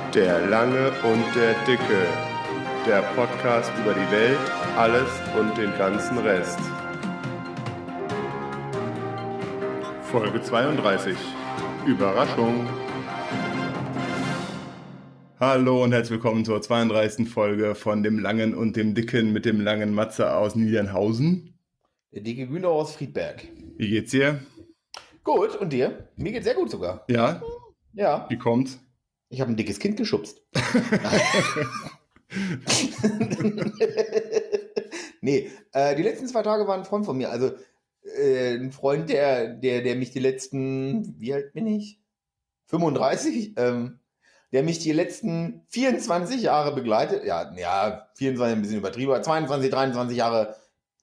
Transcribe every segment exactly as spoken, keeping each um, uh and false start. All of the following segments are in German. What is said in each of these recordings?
Der Lange und der Dicke. Der Podcast über die Welt, alles und den ganzen Rest. Folge zweiunddreißig. Überraschung. Hallo und herzlich willkommen zur zweiunddreißigsten Folge von dem Langen und dem Dicken mit dem langen Matze aus Niedernhausen. Der dicke Günther aus Friedberg. Wie geht's dir? Gut, und dir? Mir geht's sehr gut sogar. Ja? Ja. Wie kommt's? Ich habe ein dickes Kind geschubst. nee, äh, die letzten zwei Tage waren ein Freund von mir. Also äh, ein Freund, der, der, der mich die letzten, wie alt bin ich? fünfunddreißig? Ähm, der mich die letzten vierundzwanzig Jahre begleitet. Ja, ja, vierundzwanzig ein bisschen übertrieben, aber zweiundzwanzig, dreiundzwanzig Jahre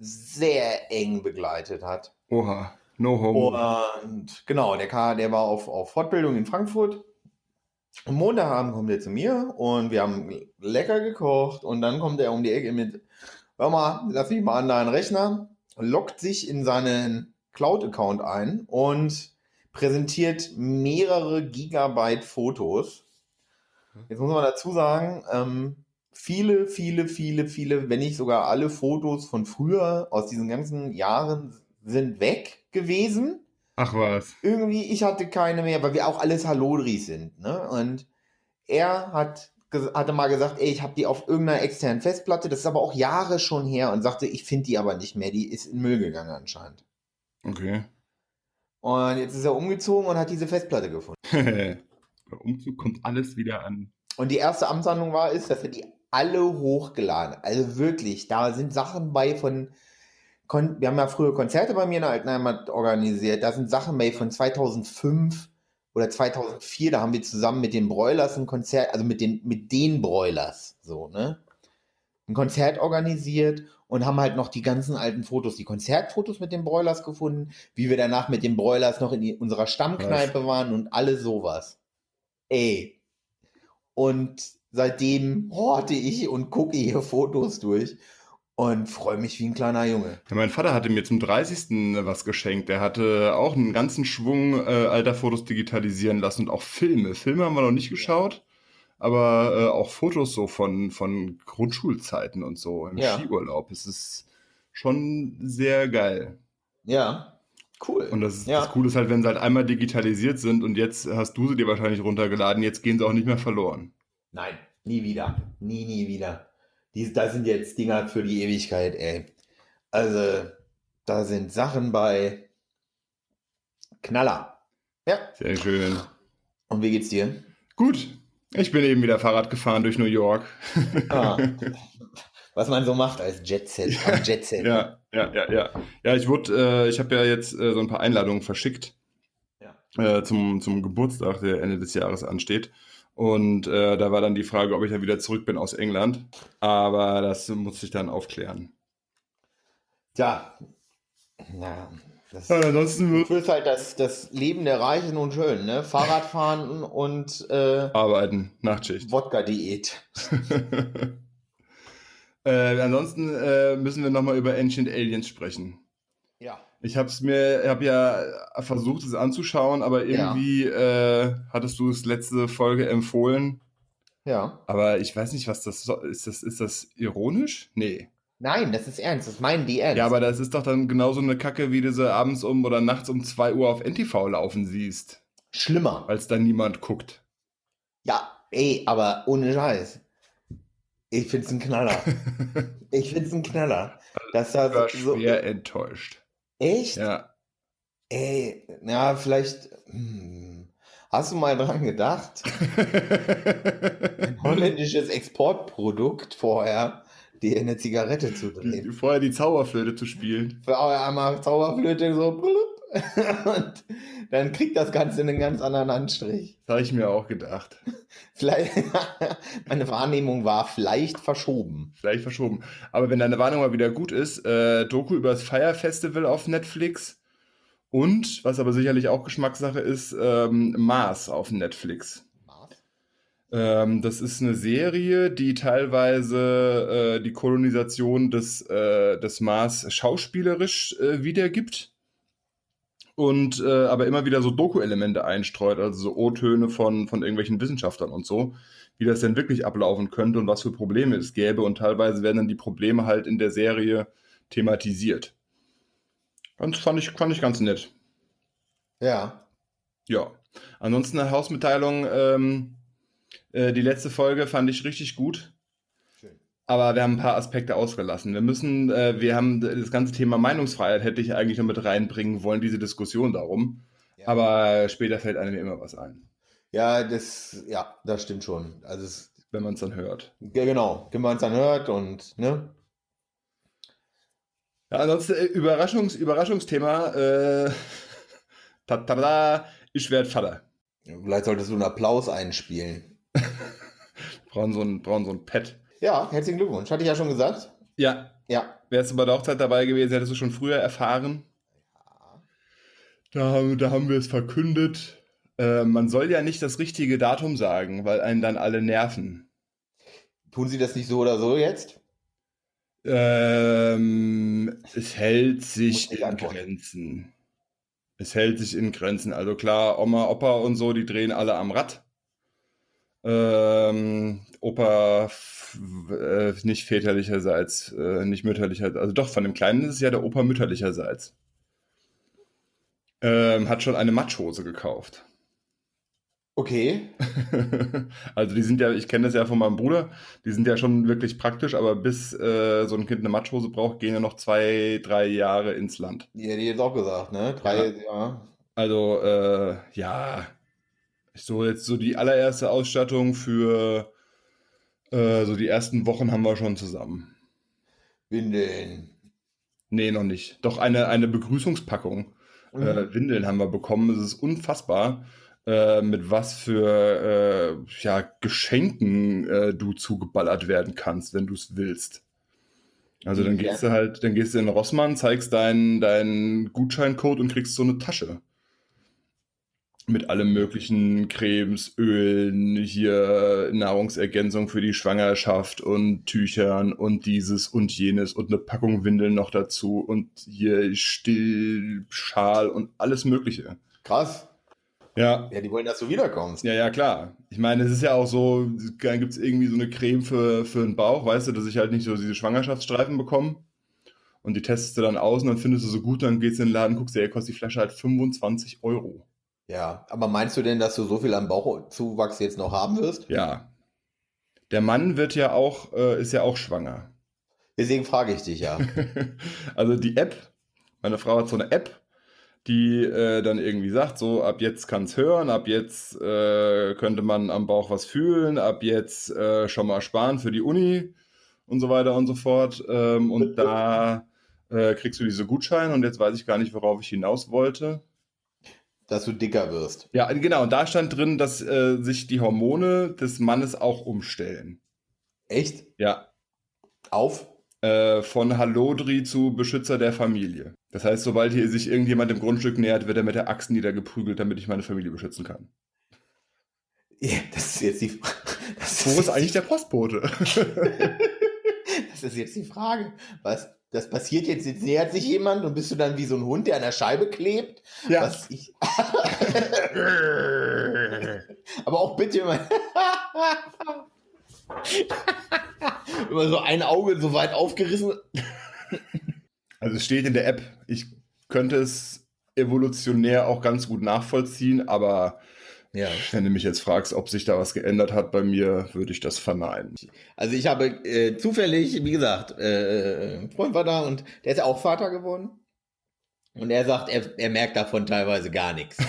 sehr eng begleitet hat. Oha, no homo. Und genau, der, K, der war auf, auf Fortbildung in Frankfurt. Am Montagabend kommt er zu mir und wir haben lecker gekocht und dann kommt er um die Ecke mit, hör mal, lass mich mal an deinen Rechner, loggt sich in seinen Cloud-Account ein und präsentiert mehrere Gigabyte Fotos. Jetzt muss man dazu sagen, ähm, viele, viele, viele, viele, wenn nicht sogar alle Fotos von früher aus diesen ganzen Jahren sind weg gewesen. Ach was. Irgendwie, ich hatte keine mehr, weil wir auch alles Hallodris sind. Ne? Und er hat, hatte mal gesagt, ey, ich habe die auf irgendeiner externen Festplatte, das ist aber auch Jahre schon her und sagte, ich finde die aber nicht mehr, die ist in den Müll gegangen anscheinend. Okay. Und jetzt ist er umgezogen und hat diese Festplatte gefunden. Bei Umzug kommt alles wieder an. Und die erste Amtshandlung war, ist, dass er die alle hochgeladen. Also wirklich, da sind Sachen bei von, Kon- wir haben ja früher Konzerte bei mir in der alten Heimat organisiert, da sind Sachen bei von zweitausendfünf oder zweitausendvier, da haben wir zusammen mit den Broilers ein Konzert, also mit den, mit den Broilers, so, ne? Ein Konzert organisiert und haben halt noch die ganzen alten Fotos, die Konzertfotos mit den Broilers gefunden, wie wir danach mit den Broilers noch in die, unserer Stammkneipe waren und alles sowas. Ey. Und seitdem horte ich und gucke hier Fotos durch und freue mich wie ein kleiner Junge. Ja, mein Vater hatte mir zum dreißigsten was geschenkt. Der hatte auch einen ganzen Schwung äh, alter Fotos digitalisieren lassen und auch Filme. Filme haben wir noch nicht geschaut, aber äh, auch Fotos so von, von Grundschulzeiten und so im Ja. Skiurlaub. Es ist schon sehr geil. Ja, cool. Und das, ist, ja. das Coole ist halt, wenn sie halt einmal digitalisiert sind und jetzt hast du sie dir wahrscheinlich runtergeladen, jetzt gehen sie auch nicht mehr verloren. Nein, nie wieder. Nie, nie wieder. Die, das sind jetzt Dinger für die Ewigkeit, ey. Also, da sind Sachen bei Knaller. Ja. Sehr schön. Und wie geht's dir? Gut. Ich bin eben wieder Fahrrad gefahren durch New York. Ah, was man so macht als Jetset, am Jetset. Ja, ja, ja, ja. Ja, ich wurde, äh, ich habe ja jetzt äh, so ein paar Einladungen verschickt Ja. äh, zum, zum Geburtstag, der Ende des Jahres ansteht. Und äh, da war dann die Frage, ob ich ja wieder zurück bin aus England. Aber das muss ich dann aufklären. Tja, na, das Ja, ansonsten ist halt das, das Leben der Reichen und Schönen, ne? Fahrradfahren und äh, arbeiten, Nachtschicht. Wodka-Diät. äh, ansonsten äh, müssen wir nochmal über Ancient Aliens sprechen. Ja. Ich habe es mir, habe ja versucht, es anzuschauen, aber irgendwie ja. äh, hattest du es letzte Folge empfohlen. Ja. Aber ich weiß nicht, was das so, ist. Das, ist das ironisch? Nee. Nein, das ist ernst. Das meinen die ernst. Ja, aber das ist doch dann genauso eine Kacke, wie du sie abends um oder nachts um zwei Uhr auf N T V laufen siehst. Schlimmer. Weil es dann niemand guckt. Ja, ey, aber ohne Scheiß. Ich find's ein Knaller. ich find's ein Knaller. Das ich war so, schwer so, enttäuscht. Echt? Ja. Ey, ja, vielleicht. Hm, hast du mal dran gedacht? ein holländisches Exportprodukt vorher, dir eine Zigarette zu drehen. Die, vorher die Zauberflöte zu spielen. Vorher einmal Zauberflöte so. Und dann kriegt das Ganze einen ganz anderen Anstrich. Das habe ich mir auch gedacht. Vielleicht, meine Wahrnehmung war vielleicht verschoben. Vielleicht verschoben. Aber wenn deine Wahrnehmung mal wieder gut ist, äh, Doku über das Fire Festival auf Netflix und, was aber sicherlich auch Geschmackssache ist, ähm, Mars auf Netflix. Mars? Ähm, das ist eine Serie, die teilweise äh, die Kolonisation des, äh, des Mars schauspielerisch äh, wiedergibt. und äh, aber immer wieder so Doku-Elemente einstreut, also so O-Töne von, von irgendwelchen Wissenschaftlern und so, wie das denn wirklich ablaufen könnte und was für Probleme es gäbe. Und teilweise werden dann die Probleme halt in der Serie thematisiert. Das fand ich, fand ich ganz nett. Ja. Ja. Ansonsten eine Hausmitteilung. Ähm, äh, die letzte Folge fand ich richtig gut. Schön. Aber wir haben ein paar Aspekte ausgelassen. Wir müssen, äh, wir haben das ganze Thema Meinungsfreiheit hätte ich eigentlich noch mit reinbringen wollen, diese Diskussion darum. Ja. Aber später fällt einem immer was ein, Ja, das, ja, das stimmt schon. Also es, wenn man es dann hört. ja, genau, wenn man es dann hört und, ne? Ja, ansonsten äh, Überraschungs, Überraschungsthema. Äh, tatada, ich werde Vater. Vielleicht solltest du einen Applaus einspielen. Brauchen so ein, brauchen so ein Pad. Ja, herzlichen Glückwunsch. Hatte ich ja schon gesagt. Ja, Ja. wärst du bei der Hochzeit dabei gewesen, hättest du schon früher erfahren. Da haben, da haben wir es verkündet. Äh, man soll ja nicht das richtige Datum sagen, weil einen dann alle nerven. Tun sie das nicht so oder so jetzt? Ähm, es hält Muss sich ich in antworten. Grenzen. Es hält sich in Grenzen. Also klar, Oma, Opa und so, die drehen alle am Rad. Ähm, Opa f- äh, nicht väterlicherseits, äh, nicht mütterlicherseits. Also doch, von dem Kleinen ist es ja der Opa mütterlicherseits. Ähm, hat schon eine Matschhose gekauft. Okay. Also die sind ja, ich kenne das ja von meinem Bruder, die sind ja schon wirklich praktisch, aber bis äh, so ein Kind eine Matschhose braucht, gehen ja noch zwei, drei Jahre ins Land. Die hätte ich jetzt auch gesagt, ne? Drei, ja. Also äh, ja, so jetzt so die allererste Ausstattung für äh, so die ersten Wochen haben wir schon zusammen. Windeln. Nee, noch nicht. Doch eine, eine Begrüßungspackung. Mhm. Äh, Windeln haben wir bekommen. Es ist unfassbar, äh, mit was für äh, ja, Geschenken äh, du zugeballert werden kannst, wenn du es willst. Also dann Inwiefern? gehst du halt, dann gehst du in Rossmann, zeigst deinen deinen Gutscheincode und kriegst so eine Tasche. Mit allem möglichen Cremes, Ölen, hier Nahrungsergänzung für die Schwangerschaft und Tüchern und dieses und jenes und eine Packung Windeln noch dazu und hier Stillschal und alles Mögliche. Krass. Ja, Ja, die wollen, dass du wiederkommst. ja, ja, klar. Ich meine, es ist ja auch so, dann gibt es irgendwie so eine Creme für, für den Bauch, weißt du, dass ich halt nicht so diese Schwangerschaftsstreifen bekomme. Und die testest du dann aus und dann findest du so gut, dann gehst du in den Laden, guckst dir, ey, kostet die Flasche halt fünfundzwanzig Euro. Ja, aber meinst du denn, dass du so viel am Bauchzuwachs jetzt noch haben wirst? Ja. Der Mann wird ja auch, äh, ist ja auch schwanger. Deswegen frage ich dich ja. Also die App, meine Frau hat so eine App, die äh, dann irgendwie sagt, so ab jetzt kann es hören, ab jetzt äh, könnte man am Bauch was fühlen, ab jetzt äh, schon mal sparen für die Uni und so weiter und so fort. Ähm, und da äh, kriegst du diese Gutscheine und jetzt weiß ich gar nicht, worauf ich hinaus wollte. Dass du dicker wirst. Ja, genau, und da stand drin, dass äh, sich die Hormone des Mannes auch umstellen. Echt? Ja, Auf? äh, von Hallodri zu Beschützer der Familie. Das heißt, sobald hier sich irgendjemand dem Grundstück nähert, wird er mit der Axt niedergeprügelt, damit ich meine Familie beschützen kann. Ja, das ist jetzt die das Wo ist eigentlich der Postbote? Das ist jetzt die Frage. Was? Das passiert jetzt, jetzt nähert sich jemand und bist du dann wie so ein Hund, der an der Scheibe klebt? Ja. Was ich. Aber auch bitte immer. Immer so ein Auge so weit aufgerissen. Also es steht in der App, ich könnte es evolutionär auch ganz gut nachvollziehen, aber Ja. wenn du mich jetzt fragst, ob sich da was geändert hat bei mir, würde ich das verneinen. Also ich habe äh, zufällig, wie gesagt, äh, ein Freund war da und der ist ja auch Vater geworden. Und er sagt, er, er merkt davon teilweise gar nichts.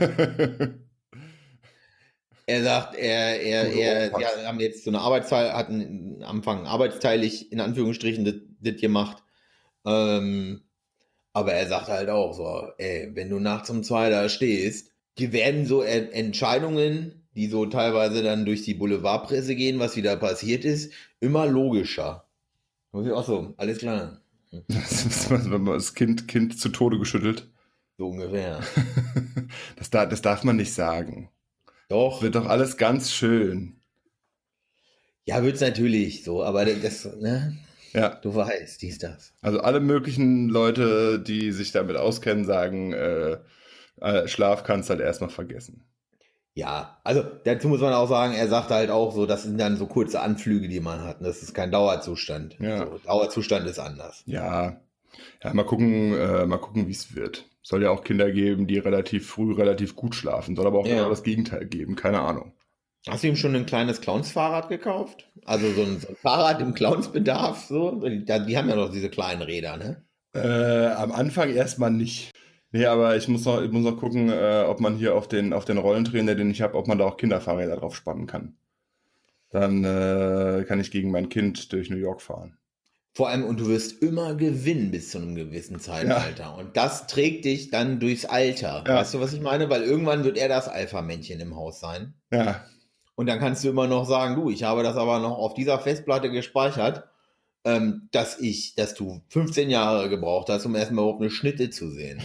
Er sagt, er, er, Gute er, Ohrpax. sie haben jetzt so eine Arbeitsteil, hatten am Anfang arbeitsteilig in Anführungsstrichen das, das gemacht. Ähm, aber er sagt halt auch so, ey, wenn du nachts um zwei da stehst, die werden so En- Entscheidungen, die so teilweise dann durch die Boulevardpresse gehen, was wieder passiert ist, immer logischer. Muss ich auch so, alles klar. Das ist, wenn man das Kind, Kind zu Tode geschüttelt. So ungefähr. Das, da, das darf man nicht sagen. Doch. Wird doch alles ganz schön. Ja, wird's natürlich so, aber das, ne? Ja, Du weißt, dies, das. also alle möglichen Leute, die sich damit auskennen, sagen, äh, Äh, Schlaf kannst du halt erstmal vergessen. Ja, also dazu muss man auch sagen, er sagt halt auch so, das sind dann so kurze Anflüge, die man hat. Das ist kein Dauerzustand. Ja. So, Dauerzustand ist anders. Ja, ja, mal gucken, äh, mal gucken, wie es wird. Soll ja auch Kinder geben, die relativ früh relativ gut schlafen. Soll aber auch Ja. genau das Gegenteil geben. Keine Ahnung. Hast du ihm schon ein kleines Clowns-Fahrrad gekauft? Also so ein, so ein Fahrrad im Clowns-Bedarf? So? Die, die haben ja noch diese kleinen Räder, ne? Äh, am Anfang erstmal nicht. Nee, aber ich muss noch, ich muss noch gucken, äh, ob man hier auf den, auf den Rollentrainer, den ich habe, ob man da auch Kinderfahrräder drauf spannen kann. Dann äh, kann ich gegen mein Kind durch New York fahren. Vor allem, und du wirst immer gewinnen bis zu einem gewissen Zeitalter. Ja. Und das trägt dich dann durchs Alter. Ja. Weißt du, was ich meine? Weil irgendwann wird er das Alpha-Männchen im Haus sein. Ja. Und dann kannst du immer noch sagen, du, ich habe das aber noch auf dieser Festplatte gespeichert, ähm, dass ich, dass du fünfzehn Jahre gebraucht hast, um erstmal überhaupt eine Schnitte zu sehen.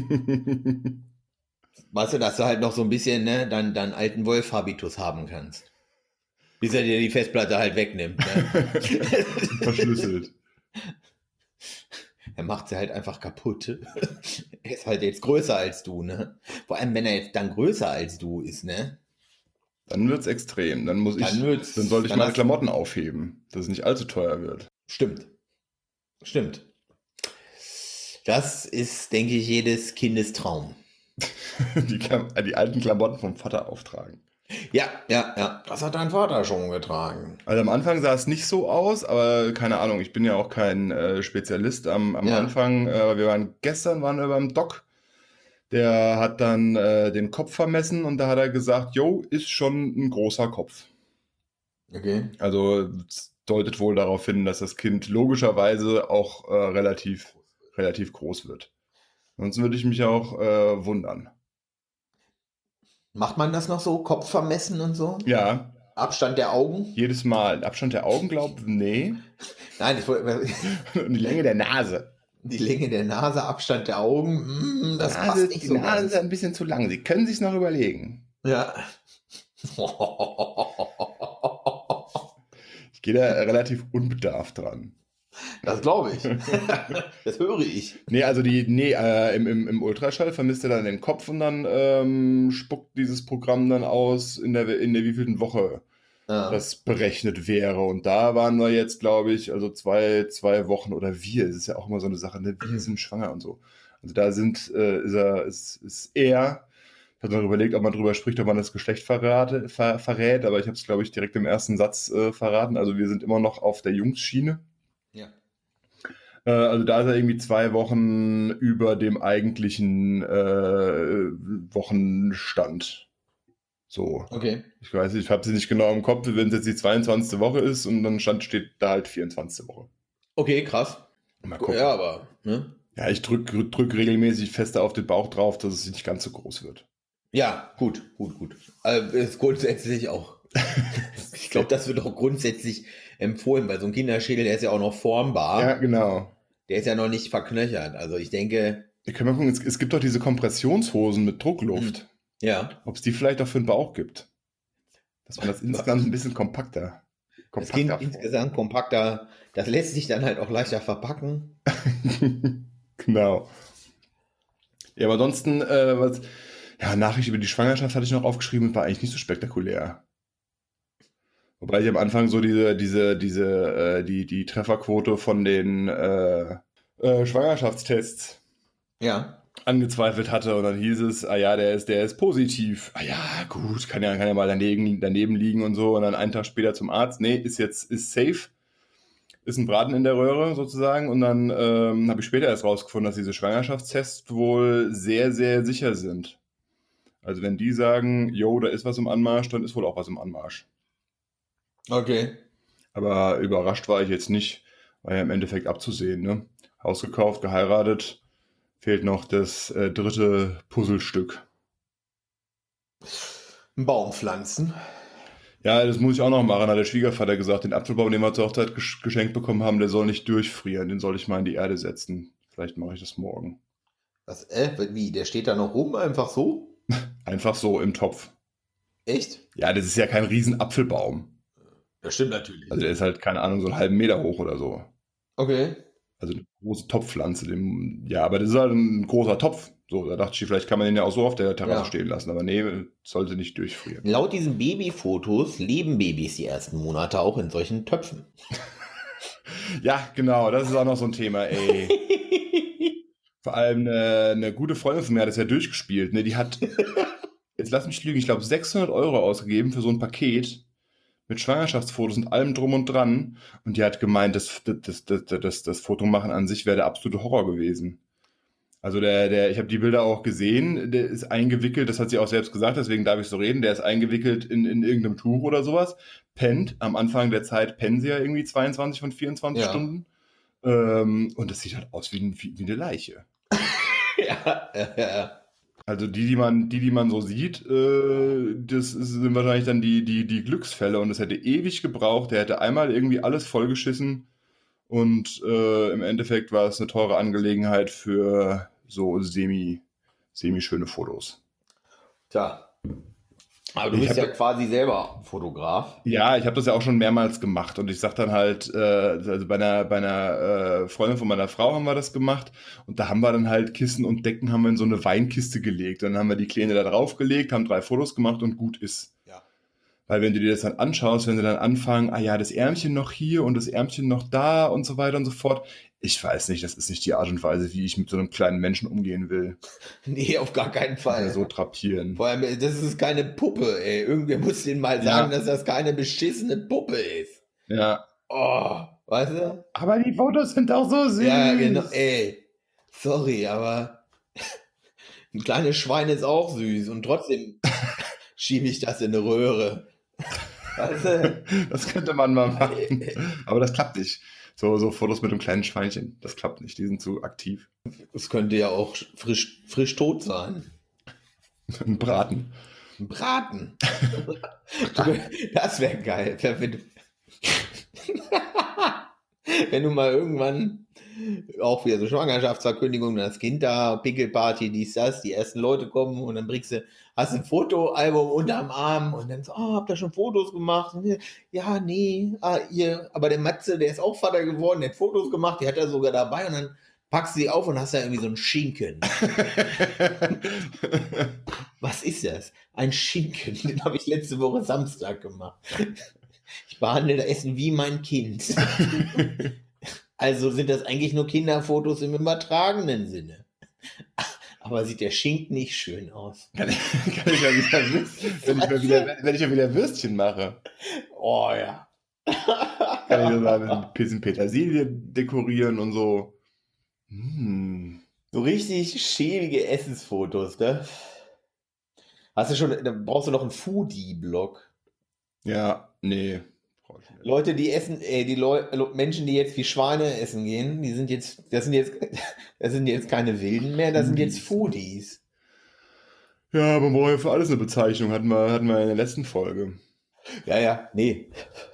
Weißt du, dass du halt noch so ein bisschen, ne, deinen, deinen alten Wolf-Habitus haben kannst. Bis er dir die Festplatte halt wegnimmt. Ne? Verschlüsselt. Er macht sie halt einfach kaputt. Er ist halt jetzt größer als du, ne? Vor allem, wenn er jetzt dann größer als du ist, ne? Dann wird's extrem. Dann muss dann ich, wird's, dann sollte ich dann meine Klamotten aufheben, dass es nicht allzu teuer wird. Stimmt. Stimmt. Das ist, denke ich, jedes Kindes Traum. die, die alten Klamotten vom Vater auftragen. Ja, ja, ja. Das hat dein Vater schon getragen. Also am Anfang sah es nicht so aus, aber keine Ahnung, ich bin ja auch kein äh, Spezialist am, am Ja. Anfang. Äh, wir waren gestern waren wir beim Doc. Der hat dann äh, den Kopf vermessen und da hat er gesagt, jo, ist schon ein großer Kopf. Okay. Also es deutet wohl darauf hin, dass das Kind logischerweise auch äh, relativ, relativ groß wird. Sonst würde ich mich auch äh, wundern. Macht man das noch so? Kopf vermessen und so? Ja. Abstand der Augen? Jedes Mal. Abstand der Augen, glaub nee. Nein, ich wollte... Und die Länge der Nase. Die Länge der Nase, Abstand der Augen, mm, das Nase, passt nicht die so Nase ganz. ist ein bisschen zu lang. Sie können sich noch überlegen. Ja. Ich gehe da relativ unbedarft dran. Das glaube ich. Das höre ich. Nee, also die, nee, äh, im, im, im Ultraschall vermisst er dann den Kopf und dann ähm, spuckt dieses Programm dann aus, in der, in der wievielten Woche Ja. das berechnet wäre. Und da waren wir jetzt, glaube ich, also zwei, zwei Wochen oder wir, es ist ja auch immer so eine Sache, ne? Wir sind schwanger und so. Also da sind, äh, ist er, ist, ist er, ich habe noch überlegt, ob man drüber spricht, ob man das Geschlecht verrate, ver, verrät, aber ich habe es, glaube ich, direkt im ersten Satz äh, verraten. Also wir sind immer noch auf der Jungsschiene. Ja. Äh, also da ist er irgendwie zwei Wochen über dem eigentlichen äh, Wochenstand. So. Okay. Ich weiß nicht, ich habe sie nicht genau im Kopf, wenn es jetzt die zweiundzwanzigste Woche ist und dann stand, steht da halt vierundzwanzigste Woche. Okay, krass. Mal gucken. Ja, aber, ne? Ja, ich drücke drück regelmäßig fester auf den Bauch drauf, dass es nicht ganz so groß wird. Ja, gut, gut, gut. Also, ist grundsätzlich auch. Ich glaube, das wird auch grundsätzlich empfohlen, weil so ein Kinderschädel, der ist ja auch noch formbar. Ja, genau. Der ist ja noch nicht verknöchert. Also ich denke. Wir können mal gucken, es, es gibt doch diese Kompressionshosen mit Druckluft. Ja. Ob es die vielleicht auch für den Bauch gibt. Dass man das insgesamt ein bisschen kompakter. Das Kind insgesamt kompakter, das lässt sich dann halt auch leichter verpacken. Genau. Ja, aber ansonsten, äh, was, ja, Nachricht über die Schwangerschaft hatte ich noch aufgeschrieben und war eigentlich nicht so spektakulär. Wobei ich am Anfang so diese, diese, diese, äh, die, die Trefferquote von den äh, äh, Schwangerschaftstests Ja. angezweifelt hatte und dann hieß es, ah ja, der ist, der ist positiv. Ah ja, gut, kann ja, kann ja mal daneben, daneben liegen und so und dann einen Tag später zum Arzt. Nee, ist jetzt, ist safe. Ist ein Braten in der Röhre sozusagen und dann ähm, habe ich später erst rausgefunden, dass diese Schwangerschaftstests wohl sehr, sehr sicher sind. Also wenn die sagen, jo, da ist was im Anmarsch, dann ist wohl auch was im Anmarsch. Okay. Aber überrascht war ich jetzt nicht, war ja im Endeffekt abzusehen, ne? Haus gekauft, geheiratet, fehlt noch das äh, dritte Puzzlestück. Ein Baum pflanzen. Ja, das muss ich auch noch machen, hat der Schwiegervater gesagt. Den Apfelbaum, den wir zur Hochzeit gesch- geschenkt bekommen haben, der soll nicht durchfrieren, den soll ich mal in die Erde setzen. Vielleicht mache ich das morgen. Was, äh, wie, der steht da noch rum, einfach so? Einfach so im Topf. Echt? Ja, das ist ja kein riesen Apfelbaum. Das stimmt natürlich. Also der ist halt, keine Ahnung, so einen halben Meter hoch oder so. Okay. Also eine große Topfpflanze. Dem, ja, aber das ist halt ein großer Topf. So, da dachte ich, vielleicht kann man den ja auch so auf der Terrasse Ja. stehen lassen. Aber nee, sollte nicht durchfrieren. Laut diesen Babyfotos leben Babys die ersten Monate auch in solchen Töpfen. Ja, genau, das ist auch noch so ein Thema, ey. Vor allem eine, eine gute Freundin von mir hat das ja durchgespielt. Ne? Die hat, jetzt lass mich lügen, ich glaube sechshundert Euro ausgegeben für so ein Paket mit Schwangerschaftsfotos und allem drum und dran. Und die hat gemeint, das, das, das, das, das, das Fotomachen an sich wäre der absolute Horror gewesen. Also der, der, ich habe die Bilder auch gesehen, der ist eingewickelt, das hat sie auch selbst gesagt, deswegen darf ich so reden, der ist eingewickelt in, in irgendeinem Tuch oder sowas, pennt, am Anfang der Zeit pennen sie ja irgendwie zweiundzwanzig von vierundzwanzig Ja. Stunden. Ähm, und das sieht halt aus wie, ein- wie, wie eine Leiche. Ja, ja, ja. Also die, die man, die, die man so sieht, äh, das sind wahrscheinlich dann die, die, die Glücksfälle und das hätte ewig gebraucht, der hätte einmal irgendwie alles vollgeschissen und äh, im Endeffekt war es eine teure Angelegenheit für so semi, semi-schöne Fotos. Tja. Aber du Ich bist hab- ja quasi selber Fotograf. Ja, ich habe das ja auch schon mehrmals gemacht und ich sag dann halt, äh, also bei einer, bei einer äh, Freundin von meiner Frau haben wir das gemacht und da haben wir dann halt Kissen und Decken haben wir in so eine Weinkiste gelegt. Dann haben wir die Kleine da draufgelegt, haben drei Fotos gemacht und gut ist. Ja. Weil wenn du dir das dann anschaust, wenn sie dann anfangen, ah ja, das Ärmchen noch hier und das Ärmchen noch da und so weiter und so fort. Ich weiß nicht, das ist nicht die Art und Weise, wie ich mit so einem kleinen Menschen umgehen will. Nee, auf gar keinen Fall. Ja, so drapieren. Vor allem, das ist keine Puppe, ey. Irgendwer muss denen mal sagen, dass das keine beschissene Puppe ist. Ja. Oh, weißt du? Aber die Fotos sind auch so süß. Ja, genau, ey. Sorry, aber ein kleines Schwein ist auch süß und trotzdem schiebe ich das in eine Röhre. Weißt du? Das könnte man mal machen. Aber das klappt nicht. So, so Fotos mit einem kleinen Schweinchen, das klappt nicht. Die sind zu aktiv. Es könnte ja auch frisch, frisch tot sein. Ein Braten. Ein Braten. Du, das wäre geil. Wenn du, wenn du mal irgendwann auch wieder so Schwangerschaftsverkündigung, das Kind da, Pickelparty, dies, das, die ersten Leute kommen und dann bringst du, hast ein Fotoalbum unterm Arm und dann so, oh, habt ihr schon Fotos gemacht? Und wir, ja, nee, ah, ihr, aber der Matze, der ist auch Vater geworden, der hat Fotos gemacht, die hat er sogar dabei und dann packst du sie auf und hast da irgendwie so einen Schinken. Was ist das? Ein Schinken, den habe ich letzte Woche Samstag gemacht. Ich behandle das Essen wie mein Kind. Also sind das eigentlich nur Kinderfotos im übertragenen Sinne. Aber sieht der Schinken nicht schön aus. Kann, kann ich ja wieder, wenn, ich mal wieder, wenn ich ja wieder Würstchen mache, Oh ja. kann ich das mal mit ein bisschen Petersilie dekorieren und so. Hm. So richtig schäbige Essensfotos, ne? Hast du schon, da brauchst du noch einen Foodie-Blog. Ja, nee. brauch ich nicht. Leute, die essen, ey, die Leu Menschen, die jetzt wie Schweine essen gehen, die sind jetzt, das sind jetzt, das sind jetzt keine Wilden mehr, das sind jetzt Foodies. Ja, man braucht ja für alles eine Bezeichnung, hatten wir, hatten wir in der letzten Folge. Ja, ja, nee.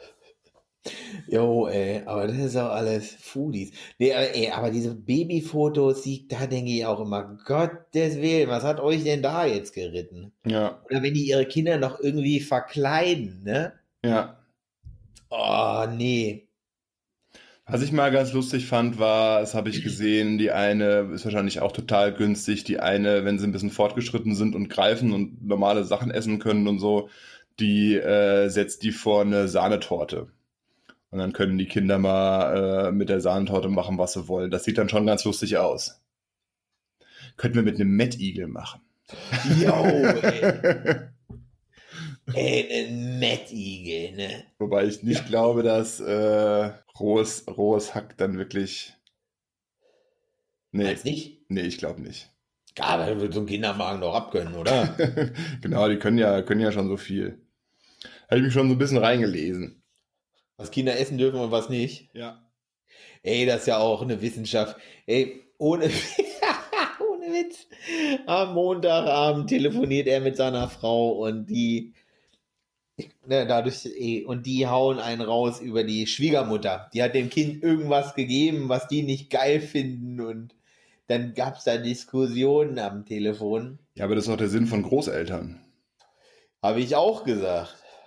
Jo, ey, aber das ist auch alles Foodies. Nee, aber, ey, aber diese Babyfotos, die, da denke ich auch immer, Gottes Willen, was hat euch denn da jetzt geritten? Ja, Oder wenn die ihre Kinder noch irgendwie verkleiden, ne? ja. Oh, nee. Was ich mal ganz lustig fand, war, das habe ich gesehen, die eine ist wahrscheinlich auch total günstig. Die eine, wenn sie ein bisschen fortgeschritten sind und greifen und normale Sachen essen können und so, die äh, setzt die vor eine Sahnetorte. Und dann können die Kinder mal äh, mit der Sahnetorte machen, was sie wollen. Das sieht dann schon ganz lustig aus. Könnten wir mit einem Mettigel machen. Jo, ey. Ey, ein Mettigel, ne? Wobei ich nicht glaube, dass äh, rohes, rohes Hack dann wirklich. Nee, Meinst nicht? nee, ich glaube nicht. Ja, aber dann wird so ein Kindermagen doch abkönnen, oder? Genau, die können ja, können ja schon so viel. Habe ich mich schon so ein bisschen reingelesen. Was Kinder essen dürfen und was nicht. Ja. Ey, das ist ja auch eine Wissenschaft. Ey, ohne, ohne Witz. Am Montagabend telefoniert er mit seiner Frau und die, ne, dadurch, ey, und die hauen einen raus über die Schwiegermutter. Die hat dem Kind irgendwas gegeben, was die nicht geil finden und dann gab es da Diskussionen am Telefon. Ja, aber das ist auch der Sinn von Großeltern. Habe ich auch gesagt.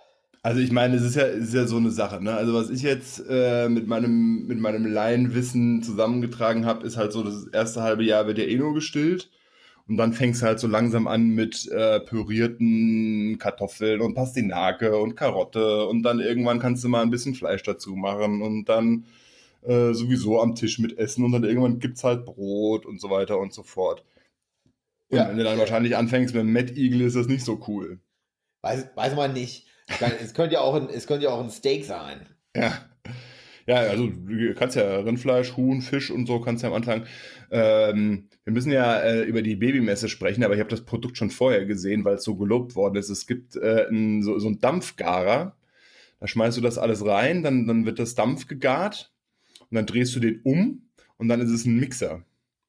Also ich meine, es ist ja, es ist ja so eine Sache, ne? Also was ich jetzt äh, mit meinem, mit meinem Laienwissen zusammengetragen habe, ist halt so, das erste halbe Jahr wird ja eh nur gestillt. Und dann fängst du halt so langsam an mit äh, pürierten Kartoffeln und Pastinake und Karotte. Und dann irgendwann kannst du mal ein bisschen Fleisch dazu machen und dann äh, sowieso am Tisch mit essen. Und dann irgendwann gibt's halt Brot und so weiter und so fort. Und wenn Ja, du dann ja. wahrscheinlich anfängst mit dem Mad Eagle, ist das nicht so cool. Weiß, weiß man nicht. Kann, es könnte ja auch ein, es könnte ja auch ein Steak sein. Ja. Ja, also du kannst ja Rindfleisch, Huhn, Fisch und so kannst ja am Anfang. Ähm, wir müssen ja äh, über die Babymesse sprechen, aber ich habe das Produkt schon vorher gesehen, weil es so gelobt worden ist. Es gibt äh, ein, so, so einen Dampfgarer. Da schmeißt du das alles rein, dann, dann wird das Dampf gegart und dann drehst du den um und dann ist es ein Mixer.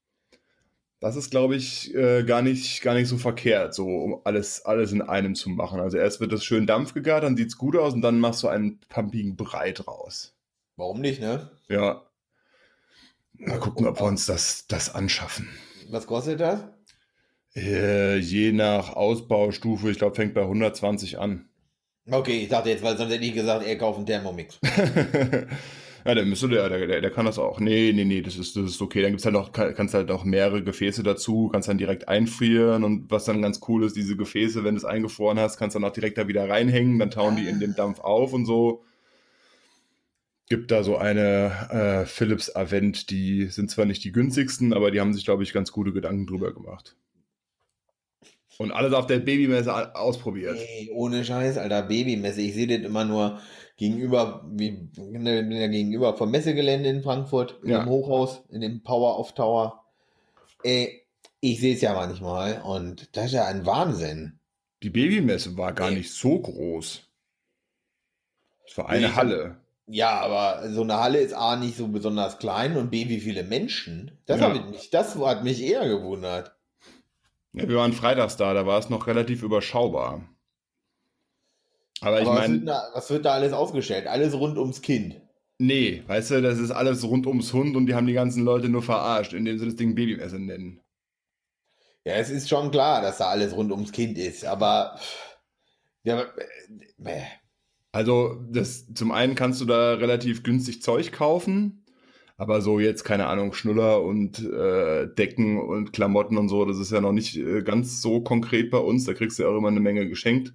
Das ist, glaube ich, äh, gar nicht, gar nicht so verkehrt, so um alles, alles in einem zu machen. Also erst wird das schön Dampf gegart, dann sieht's gut aus und dann machst du einen pampigen Brei draus. Warum nicht, ne? Ja, mal gucken, Und, ob wir äh, uns das, das anschaffen. was kostet das? Äh, je nach Ausbaustufe, ich glaube, fängt bei hundertzwanzig an. Okay, ich dachte jetzt, weil sonst hätte ich gesagt, er kauft einen Thermomix. Ja, der müsste, der, der, der der kann das auch. Nee, nee, nee, das ist, das ist okay. Dann gibt's halt noch, kann- kannst halt auch mehrere Gefäße dazu, kannst dann direkt einfrieren und was dann ganz cool ist, diese Gefäße, wenn du es eingefroren hast, kannst du dann auch direkt da wieder reinhängen, dann tauen die in dem Dampf auf und so. Gibt da so eine äh, Philips Avent, die sind zwar nicht die günstigsten, aber die haben sich, glaube ich, ganz gute Gedanken drüber gemacht. Und alles auf der Babymesse a- ausprobiert. Ey, ohne Scheiß, Alter, Babymesse. Ich sehe das immer nur gegenüber, wie, ne, bin ja gegenüber vom Messegelände in Frankfurt, in dem Ja, Hochhaus, in dem Power-Off Tower. Ey, ich sehe es ja manchmal und das ist ja ein Wahnsinn. die Babymesse war gar Ey, nicht so groß. Es war nee, eine ich hab, Halle. ja, aber so eine Halle ist A nicht so besonders klein und B, wie viele Menschen? Das Ja. hat mich, das hat mich eher gewundert. Ja, wir waren freitags da, da war es noch relativ überschaubar. Aber ich Aber was wird, meine, denn da, was wird da alles ausgestellt? Alles rund ums Kind. nee, weißt du, das ist alles rund ums Hund und die haben die ganzen Leute nur verarscht, indem sie das Ding Babymesse nennen. Ja, es ist schon klar, dass da alles rund ums Kind ist, aber ja, äh, Also, das, zum einen kannst du da relativ günstig Zeug kaufen, aber so jetzt, keine Ahnung, Schnuller und äh, Decken und Klamotten und so, das ist ja noch nicht äh, ganz so konkret bei uns. Da kriegst du ja auch immer eine Menge geschenkt.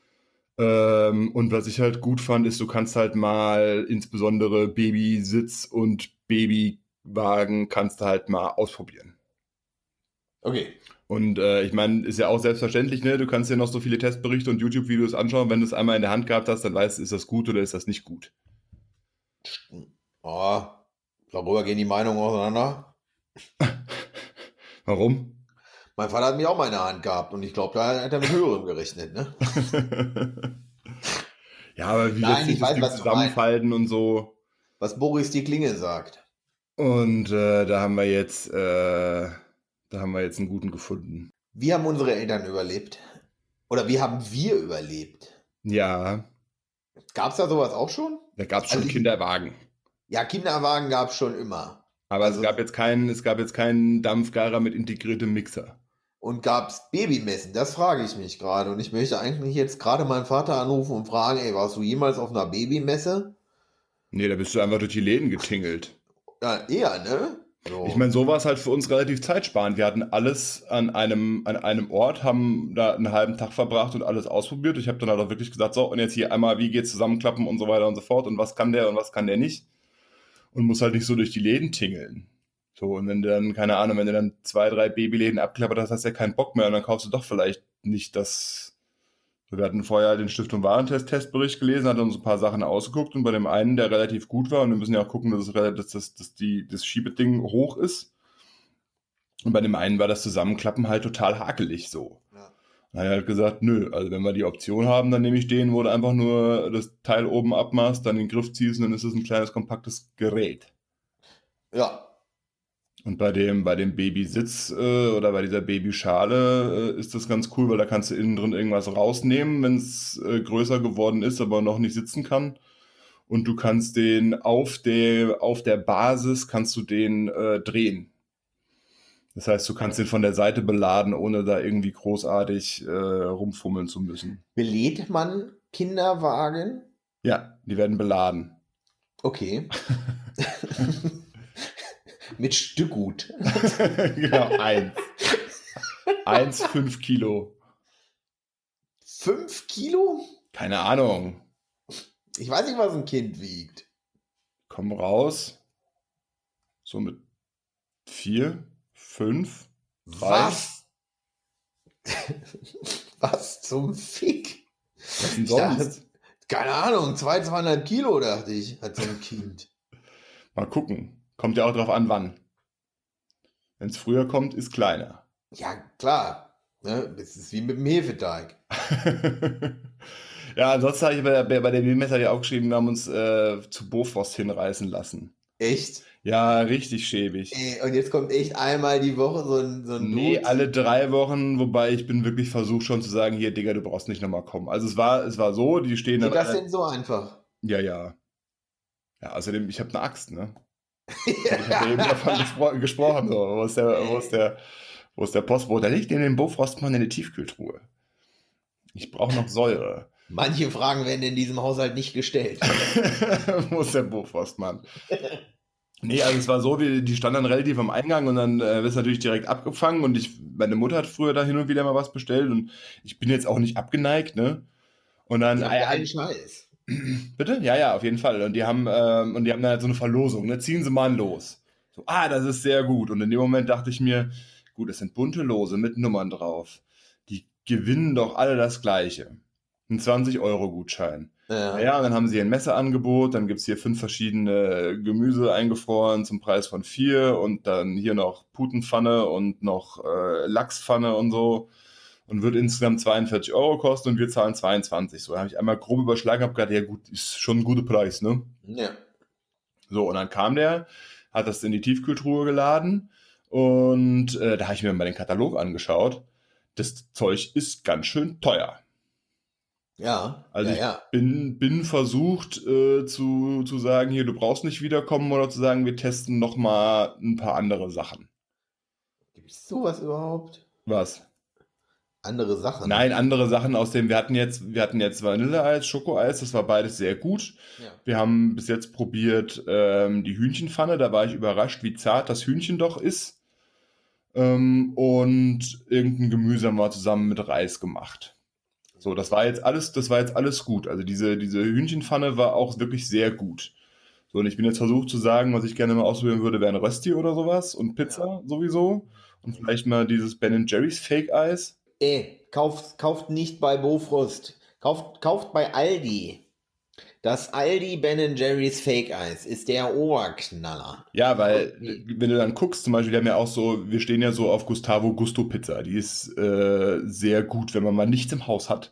Ähm, und was ich halt gut fand, ist, du kannst halt mal insbesondere Babysitz und Babywagen kannst du halt mal ausprobieren. okay. Und äh, ich meine, ist ja auch selbstverständlich, ne? Du kannst dir noch so viele Testberichte und YouTube-Videos anschauen. Wenn du es einmal in der Hand gehabt hast, dann weißt du, ist das gut oder ist das nicht gut. Oh, darüber gehen die Meinungen auseinander. Warum? Mein Vater hat mich auch mal in der Hand gehabt und ich glaube, da hat er mit höherem gerechnet, ne? Ja, aber wie lässt Nein, sich ich das weiß, Ding was du meinst. zusammenfalten und so. Was Boris die Klinge sagt. Und äh, da haben wir jetzt, äh, da haben wir jetzt einen guten gefunden. Wie haben unsere Eltern überlebt? Oder wie haben wir überlebt? Ja, Gab es da sowas auch schon? da gab es Also schon ich, Kinderwagen. ja, Kinderwagen gab es schon immer. Aber es Also, gab jetzt keinen, es gab jetzt keinen Dampfgarer mit integriertem Mixer. und gab es Babymessen? Das frage ich mich gerade. Und ich möchte eigentlich jetzt gerade meinen Vater anrufen und fragen, ey, warst du jemals auf einer Babymesse? Nee, da bist du einfach durch die Läden getingelt. Ja, eher, ne? Ich So. meine, so war es halt für uns relativ zeitsparend. Wir hatten alles an einem, an einem Ort, haben da einen halben Tag verbracht und alles ausprobiert. Ich habe dann halt auch wirklich gesagt, so, und jetzt hier einmal, wie geht's zusammenklappen und so weiter und so fort und was kann der und was kann der nicht. Und muss halt nicht so durch die Läden tingeln. So, und wenn du dann, keine Ahnung, wenn du dann zwei, drei Babyläden abklappert hast, hast du ja keinen Bock mehr und dann kaufst du doch vielleicht nicht das. So, wir hatten vorher den Stift- und Warentest-Testbericht gelesen, hat uns ein paar Sachen ausgeguckt und bei dem einen, der relativ gut war, und wir müssen ja auch gucken, dass, es, relativ- dass, das, dass die, das Schiebeding hoch ist. Und bei dem einen war das Zusammenklappen halt total hakelig so. Ja. Dann hat er halt gesagt, nö, also wenn wir die Option haben, dann nehme ich den, wo du einfach nur das Teil oben abmachst, dann den Griff ziehst und dann ist es ein kleines, kompaktes Gerät. Ja. Und bei dem, bei dem Babysitz äh, oder bei dieser Babyschale äh, ist das ganz cool, weil da kannst du innen drin irgendwas rausnehmen, wenn es äh, größer geworden ist, aber noch nicht sitzen kann. Und du kannst den auf der, auf der Basis kannst du den äh, drehen. Das heißt, du kannst den von der Seite beladen, ohne da irgendwie großartig äh, rumfummeln zu müssen. Belädt man Kinderwagen? Ja, die werden beladen. Okay. Mit Stückgut. Genau, eins. Eins, fünf Kilo. Fünf Kilo? Keine Ahnung. Ich weiß nicht, was ein Kind wiegt. Komm raus. So mit vier, fünf, drei. Was? Was zum Fick? Was denn Ich dachte, sonst? keine Ahnung, zweihundert, zweihundert Kilo, dachte ich, hat so ein Kind. Mal gucken. Kommt ja auch drauf an, wann. Wenn es früher kommt, ist kleiner. Ja, klar. Ne? Das ist wie mit dem Hefeteig. Ja, ansonsten habe ich bei der, bei der Biermesse ja auch geschrieben, wir haben uns äh, zu Bofrost hinreißen lassen. Echt? Ja, richtig schäbig. Ey, und jetzt kommt echt einmal die Woche so ein, so ein Nee, Dude. alle drei Wochen, wobei ich bin wirklich versucht schon zu sagen, hier, Digga, du brauchst nicht nochmal kommen. Also es war, es war so, die stehen dann Geht das alle- denn so einfach? Ja, ja. Ja, außerdem, ich habe eine Axt, ne? Ich habe ja eben davon gespro gesprochen, so. Wo ist der, wo ist der, wo ist der Postbote? Der liegt in den Bofrostmann in der Tiefkühltruhe. Ich brauche noch Säure. Manche Fragen werden in diesem Haushalt nicht gestellt. Wo ist der Bofrostmann? Nee, also es war so, wie, die stand dann relativ am Eingang und dann äh, wird es natürlich direkt abgefangen und ich, meine Mutter hat früher da hin und wieder mal was bestellt und ich bin jetzt auch nicht abgeneigt, ne? Und dann, Die haben ah, ja, geilen Scheiß. bitte? Ja, ja, auf jeden Fall. Und die haben, ähm, und die haben dann halt so eine Verlosung, ne? Ziehen Sie mal los. So, ah, das ist sehr gut. Und in dem Moment dachte ich mir, gut, es sind bunte Lose mit Nummern drauf. Die gewinnen doch alle das Gleiche. Ein zwanzig-Euro-Gutschein. Ja. Ja, und dann haben sie ein Messeangebot, dann gibt es hier fünf verschiedene Gemüse eingefroren zum Preis von vier und dann hier noch Putenpfanne und noch äh, Lachspfanne und so und wird insgesamt zweiundvierzig Euro kosten und wir zahlen zweiundzwanzig. So, da habe ich einmal grob überschlagen, habe gedacht, ja gut, ist schon ein guter Preis, ne? Ja. So, und dann kam der, hat das in die Tiefkühltruhe geladen und äh, da habe ich mir mal den Katalog angeschaut. Das Zeug ist ganz schön teuer. Ja, Also ja, ich ja. bin, bin versucht äh, zu, zu sagen, hier, du brauchst nicht wiederkommen oder zu sagen, wir testen noch mal ein paar andere Sachen. Gibt es sowas überhaupt? Was? Andere Sachen? Nein, andere Sachen aus dem, wir hatten jetzt, wir hatten jetzt Vanilleeis, Schokoeis, das war beides sehr gut. Ja. Wir haben bis jetzt probiert ähm, die Hühnchenpfanne, da war ich überrascht, wie zart das Hühnchen doch ist. Ähm, und irgendein Gemüse haben wir zusammen mit Reis gemacht. So, das war jetzt alles, das war jetzt alles gut. Also diese, diese Hühnchenpfanne war auch wirklich sehr gut. So, und ich bin jetzt versucht zu sagen, was ich gerne mal ausprobieren würde, wäre ein Rösti oder sowas und Pizza sowieso. Und vielleicht mal dieses Ben Jerry's Fake Eis. Ey, kauft, kauft nicht bei Bofrost. Kauft, kauft bei Aldi. Das Aldi Ben Jerry's Fake Eis ist der Oberknaller. Ja, weil, wenn du dann guckst, zum Beispiel, wir haben ja auch so, wir stehen ja so auf Gustavo Gusto Pizza. Die ist äh, sehr gut, wenn man mal nichts im Haus hat.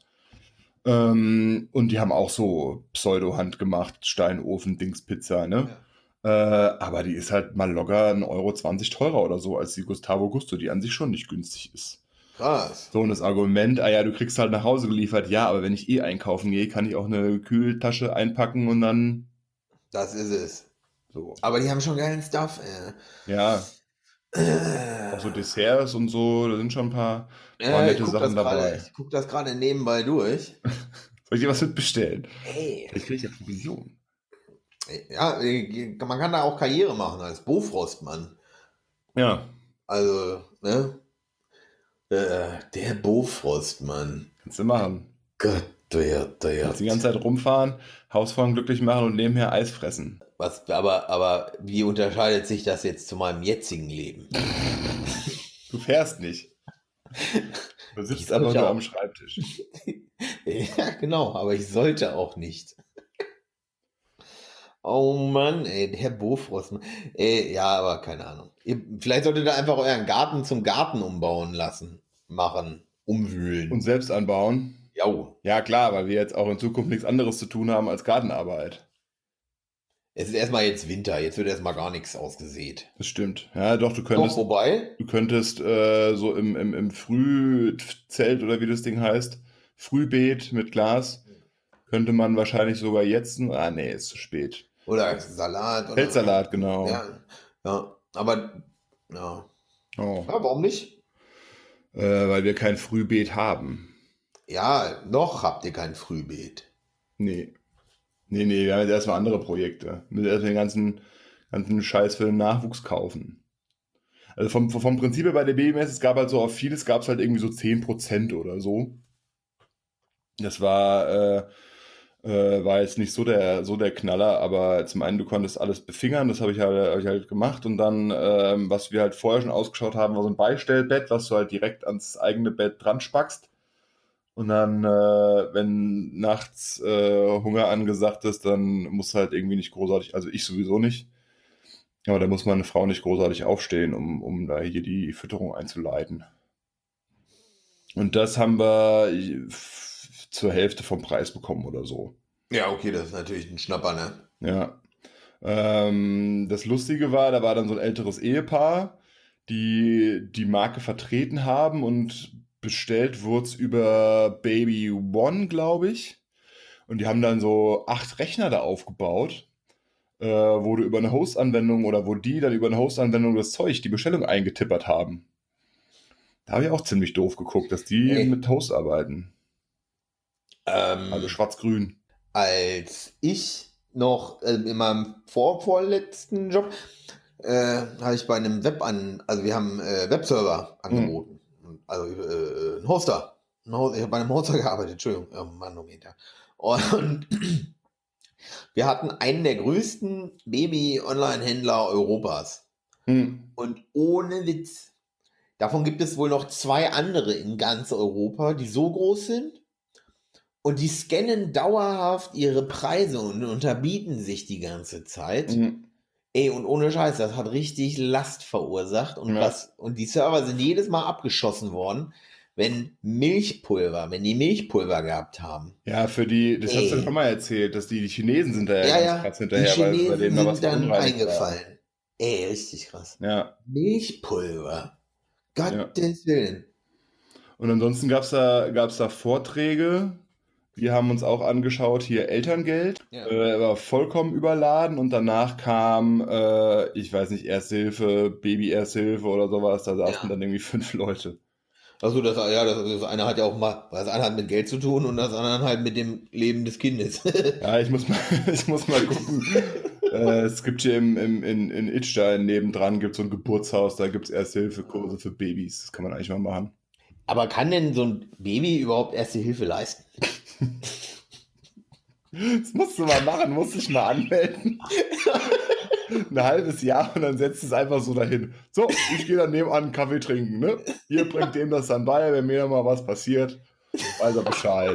Ähm, und die haben auch so Pseudo-handgemacht, Steinofen-Dings-Pizza, ne? Ja. Äh, aber die ist halt mal locker ein Euro zwanzig teurer oder so als die Gustavo Gusto, die an sich schon nicht günstig ist. Krass. So, und das Argument, ah ja, du kriegst halt nach Hause geliefert, ja, aber wenn ich eh einkaufen gehe, kann ich auch eine Kühltasche einpacken und dann. Das ist es. So. Aber die haben schon geilen Stuff, ey. Ja. Äh. Auch so Desserts und so, da sind schon ein paar, Ja, paar nette ich guck Sachen das grade, dabei. ich guck das gerade nebenbei durch. Soll ich dir was mitbestellen? Ey. Ich kriege ja Provision. Ja, man kann da auch Karriere machen als Bofrostmann. Ja. Also, ne? Äh, der Bofrostmann. Kannst du machen. Gott, der, der. Kannst die ganze Zeit rumfahren, Hausfrauen glücklich machen und nebenher Eis fressen. Was, aber, aber wie unterscheidet sich das jetzt zu meinem jetzigen Leben? Du fährst nicht. Du sitzt Ich aber sollte nur auch. am Schreibtisch. Ja, genau, aber ich sollte auch nicht. Oh Mann, ey, der Bofrostmann. Ey, ja, aber keine Ahnung. Ihr, vielleicht solltet ihr einfach euren Garten zum Garten umbauen lassen, machen, umwühlen. Und selbst anbauen. Jau. Ja, klar, weil wir jetzt auch in Zukunft nichts anderes zu tun haben als Gartenarbeit. Es ist erstmal jetzt Winter, jetzt wird erstmal gar nichts ausgesät. Das stimmt. Ja, doch, du Doch, könntest, wobei, du könntest äh, so im, im, im Frühzelt oder wie das Ding heißt, Frühbeet mit Glas, könnte man wahrscheinlich sogar jetzt, ah nee, ist zu spät. oder Salat. Oder, Feldsalat, genau. Ja, ja, aber, ja. Oh. Ja, warum nicht? Äh, weil wir kein Frühbeet haben. Ja, noch habt ihr kein Frühbeet. Nee. Nee, nee, wir haben jetzt erstmal andere Projekte. Wir müssen erstmal den ganzen, ganzen Scheiß für den Nachwuchs kaufen. Also vom, vom Prinzip her bei der Babymesse, es gab halt so auf vieles, gab es halt irgendwie so zehn Prozent oder so. Das war, äh, äh, war jetzt nicht so der, so der Knaller, aber zum einen, du konntest alles befingern, das habe ich halt, hab ich halt gemacht. Und dann, ähm, was wir halt vorher schon ausgeschaut haben, war so ein Beistellbett, was du halt direkt ans eigene Bett dran spackst. Und dann, äh, wenn nachts äh, Hunger angesagt ist, dann muss halt irgendwie nicht großartig, also ich sowieso nicht, aber da muss meine Frau nicht großartig aufstehen, um, um da hier die Fütterung einzuleiten. Und das haben wir f- zur Hälfte vom Preis bekommen oder so. Ja, okay, das ist natürlich ein Schnapper, ne? Ja. Ähm, das Lustige war, da war dann so ein älteres Ehepaar, die die Marke vertreten haben und bestellt wurde es über Baby One, glaube ich. Und die haben dann so acht Rechner da aufgebaut, äh, wo du über eine Host-Anwendung oder wo die dann über eine Host-Anwendung das Zeug, die Bestellung eingetippert haben. Da habe ich auch ziemlich doof geguckt, dass die Ey, mit Host arbeiten. Also ähm, schwarz-grün. als ich noch ähm, in meinem vorvorletzten Job äh, habe ich bei einem Web an, also wir haben äh, Webserver Hm. angeboten. Also äh, ein Hoster. Ein Host, ich habe bei einem Hoster gearbeitet, Entschuldigung, oh Manometer. Und wir hatten einen der größten Baby-Online-Händler Europas. Hm. Und ohne Witz, davon gibt es wohl noch zwei andere in ganz Europa, die so groß sind. Und die scannen dauerhaft ihre Preise und unterbieten sich die ganze Zeit. Hm. Ey, und ohne Scheiß, das hat richtig Last verursacht. Und Ja. was, und die Server sind jedes Mal abgeschossen worden, wenn Milchpulver, wenn die Milchpulver gehabt haben. Ja, für die, das hast du ja schon Ey, mal erzählt, dass die, die Chinesen sind da ja ja, ganz ja, krass die hinterher, weil bei Chinesen denen da was sind dann verunreinigt war. eingefallen. Ey, richtig krass. Ja, Milchpulver. ja. Gottes Willen. Und ansonsten gab es da, gab's da Vorträge. Wir haben uns auch angeschaut, hier Elterngeld. Ja. Äh, war vollkommen überladen und danach kam, äh, ich weiß nicht, Erste Hilfe, Baby-Erste-Hilfe oder sowas. Da saßen Ja. dann irgendwie fünf Leute. Also das, ja, das, das eine hat ja auch mal, das eine hat mit Geld zu tun und das andere halt mit dem Leben des Kindes. Ja, ich muss mal, ich muss mal gucken. Äh, es gibt hier im, im, in, in Idstein nebendran gibt's so ein Geburtshaus, da gibt es Erste-Hilfe-Kurse für Babys. Das kann man eigentlich mal machen. Aber kann denn so ein Baby überhaupt Erste Hilfe leisten? Das musst du mal machen, musst dich mal anmelden. Ein halbes Jahr und dann setzt es einfach so dahin. So, ich gehe dann nebenan einen Kaffee trinken, ne? Ihr bringt dem das dann bei, wenn mir mal was passiert, weiß er Bescheid.